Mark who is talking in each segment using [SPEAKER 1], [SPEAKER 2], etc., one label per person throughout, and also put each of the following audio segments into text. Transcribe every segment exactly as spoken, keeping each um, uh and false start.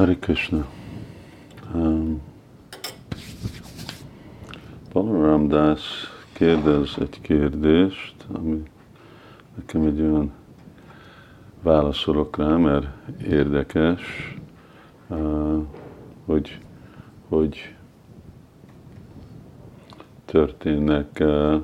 [SPEAKER 1] Hare Krishna. Um, Balaram Das kérdez egy kérdést, ami nekem egy olyan válaszolok rá, mert érdekes, uh, hogy, hogy történnek uh,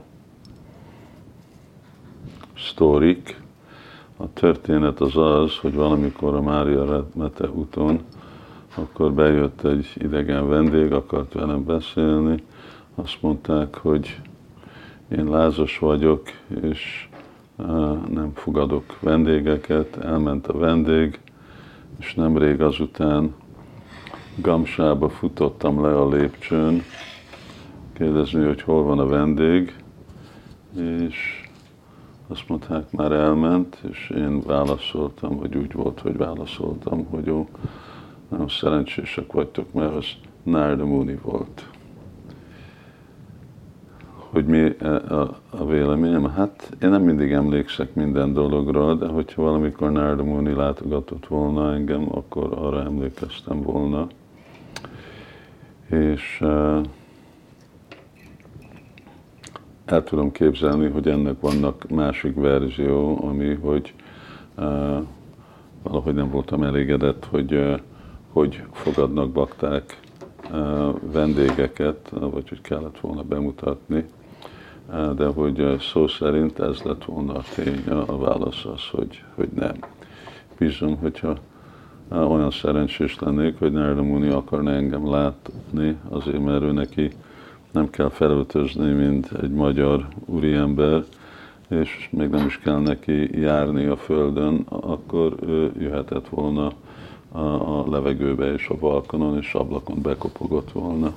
[SPEAKER 1] sztorik. A történet az az, hogy valamikor a Mária Mete úton, akkor bejött egy idegen vendég, akart velem beszélni. Azt mondták, hogy én lázas vagyok, és uh, nem fogadok vendégeket. Elment a vendég, és nemrég azután Gamsába futottam le a lépcsőn, kérdezni, hogy hol van a vendég, és azt mondták, már elment, és én válaszoltam, vagy úgy volt, hogy válaszoltam, hogy jó, nagyon szerencsések vagytok, mert az Narada Muni volt. Hogy mi a, a véleményem? Hát én nem mindig emlékszek minden dologra, de hogyha valamikor Narada Muni látogatott volna engem, akkor arra emlékeztem volna. És uh, el tudom képzelni, hogy ennek vannak másik verzió, ami, hogy uh, valahogy nem voltam elégedett, hogy uh, hogy fogadnak bakták uh, vendégeket, vagy hogy kellett volna bemutatni, uh, de hogy uh, szó szerint ez lett volna a tény, a válasz az, hogy, hogy nem. Bízom, hogyha uh, olyan szerencsés lennék, hogy Narada Muni akarna engem látni, azért mert ő neki nem kell felöltözni, mint egy magyar úriember, és még nem is kell neki járni a földön, akkor ő jöhetett volna a levegőbe és a balkonon és ablakon bekopogott volna.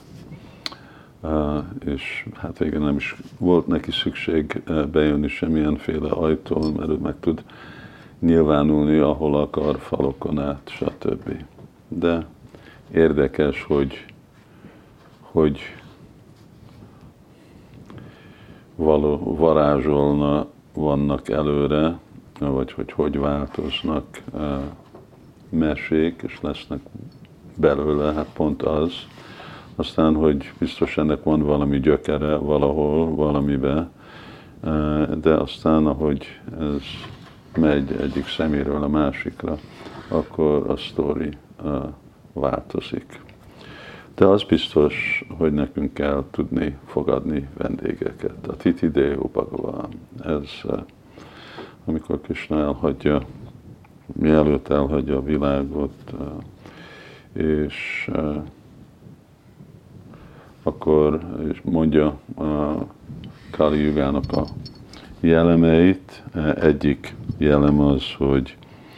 [SPEAKER 1] És hát végül nem is volt neki szükség bejönni semmilyenféle ajtón, mert ő meg tud nyilvánulni, ahol akar, falokon át, stb. De érdekes, hogy, hogy való varázsolna vannak előre, vagy hogy hogy változnak mesék, és lesznek belőle, hát pont az. Aztán, hogy biztos ennek van valami gyökere valahol, valamibe, de aztán, ahogy ez megy egyik szeméről a másikra, akkor a sztori változik. De az biztos, hogy nekünk kell tudni fogadni vendégeket. A Titi Deo Bhagavan, ez amikor Krishna elhagyja, mielőtt elhagyja a világot, és akkor mondja a Kali Yugának a jellemeit. Egyik jellem az, hogy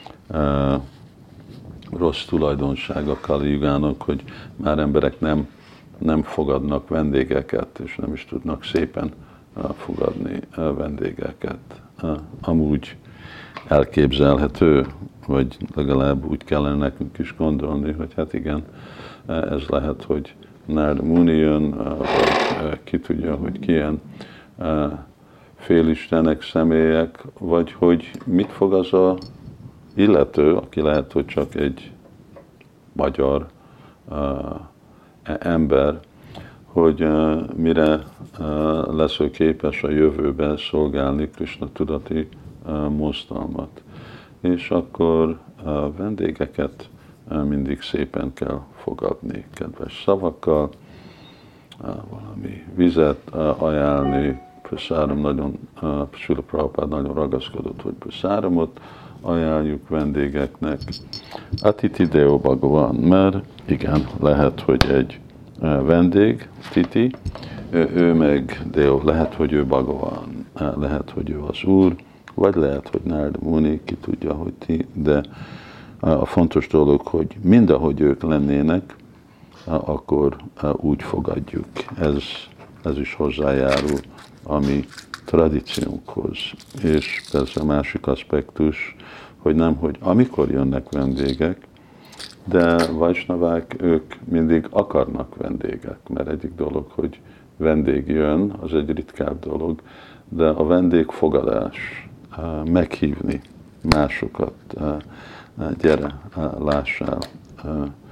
[SPEAKER 1] rossz tulajdonsága Kali Yugának, hogy már emberek nem, nem fogadnak vendégeket, és nem is tudnak szépen fogadni vendégeket. Amúgy elképzelhető, vagy legalább úgy kellene nekünk is gondolni, hogy hát igen, ez lehet, hogy Narada Muni jön, vagy ki tudja, hogy ki ilyen félistenek, személyek, vagy hogy mit fog az a illető, aki lehet, hogy csak egy magyar uh, ember, hogy uh, mire uh, lesz ő képes a jövőben szolgálni Krishna tudati uh, mozdalmat. És akkor uh, vendégeket uh, mindig szépen kell fogadni, kedves szavakkal, uh, valami vizet uh, ajánlni, prasáram nagyon, uh, Srila Prabhupád nagyon ragaszkodott, hogy prasáramot ajánljuk vendégeknek. A Titi Deo Bhagavan, mert igen, lehet, hogy egy vendég, Titi, ő, ő meg Deo, lehet, hogy ő Bhagavan, lehet, hogy ő az Úr, vagy lehet, hogy Narada Muni, ki tudja, hogy ti, de a fontos dolog, hogy mindahogy ők lennének, akkor úgy fogadjuk. Ez, ez is hozzájárul a mi tradíciónkhoz. És persze a másik aspektus, hogy nem, hogy amikor jönnek vendégek, de vajsnavák, ők mindig akarnak vendégek, mert egyik dolog, hogy vendég jön, az egy ritkább dolog, de a vendégfogadás, meghívni másokat, gyere, lássál,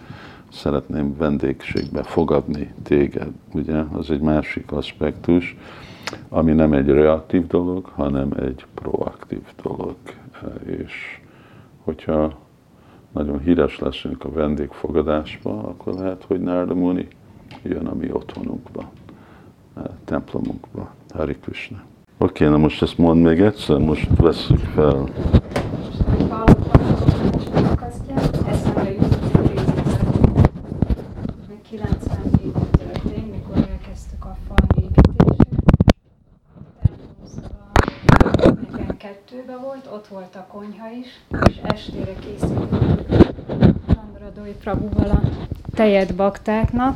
[SPEAKER 1] szeretném vendégségbe fogadni téged, ugye? Az egy másik aspektus, ami nem egy reaktív dolog, hanem egy proaktív dolog. És hogyha nagyon híres leszünk a vendégfogadásba, akkor lehet, hogy Narada Muni jön a mi otthonunkba, a templomunkba. Hari Krishna. Oké, na most ezt mondd még egyszer, most vesszük fel.
[SPEAKER 2] Most, hogy hallottam a podcastját, eszembe jutott egy részlet. kilencvenhétben történt, mikor elkezdtük a fal építését. negyvenkettőben volt, ott volt a konyha is, és estére készítettük Chandradói Prabhuval a tejet baktáknak,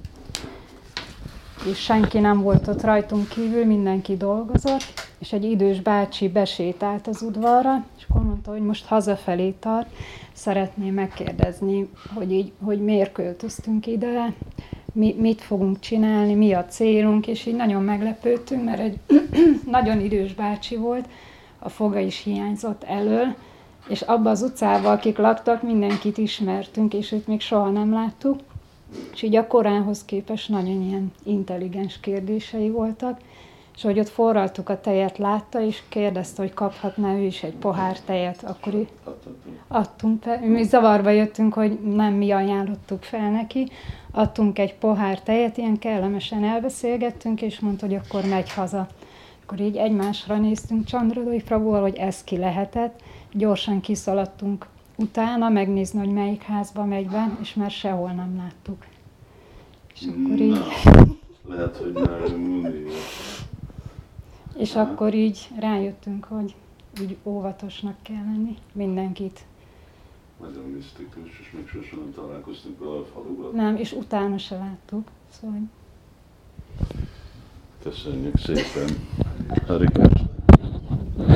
[SPEAKER 2] és senki nem volt ott rajtunk kívül, mindenki dolgozott, és egy idős bácsi besétált az udvarra, és akkor mondta, hogy most hazafelé tart, szeretném megkérdezni, hogy, így, hogy miért költöztünk ide, mi, mit fogunk csinálni, mi a célunk, és így nagyon meglepődtünk, mert egy nagyon idős bácsi volt, a foga is hiányzott elől, és abban az utcában, akik laktak, mindenkit ismertünk, és őt még soha nem láttuk, és így a korához képest nagyon ilyen intelligens kérdései voltak, és hogy ott forraltuk a tejet, látta, és kérdezte, hogy kaphatná ő is egy pohár tejet, akkor így adtunk fel. Mi zavarba jöttünk, hogy nem mi ajánlottuk fel neki, adtunk egy pohár tejet, ilyen kellemesen elbeszélgettünk, és mondta, hogy akkor megy haza. Akkor így egymásra néztünk Chandradói Prabhuval, hogy ez ki lehetett, gyorsan kiszaladtunk utána, megnézni, hogy melyik házba megy be, és már sehol nem láttuk. És akkor így...
[SPEAKER 1] Lehet, hogy már Muni.
[SPEAKER 2] És akkor így rájöttünk, hogy úgy óvatosnak kell lenni mindenkit.
[SPEAKER 1] Nagyon misztikus, és még sosem nem találkoztunk vele a faluban.
[SPEAKER 2] Nem, és utána se láttuk. Szóval...
[SPEAKER 1] Köszönjük szépen. Hari Krishna.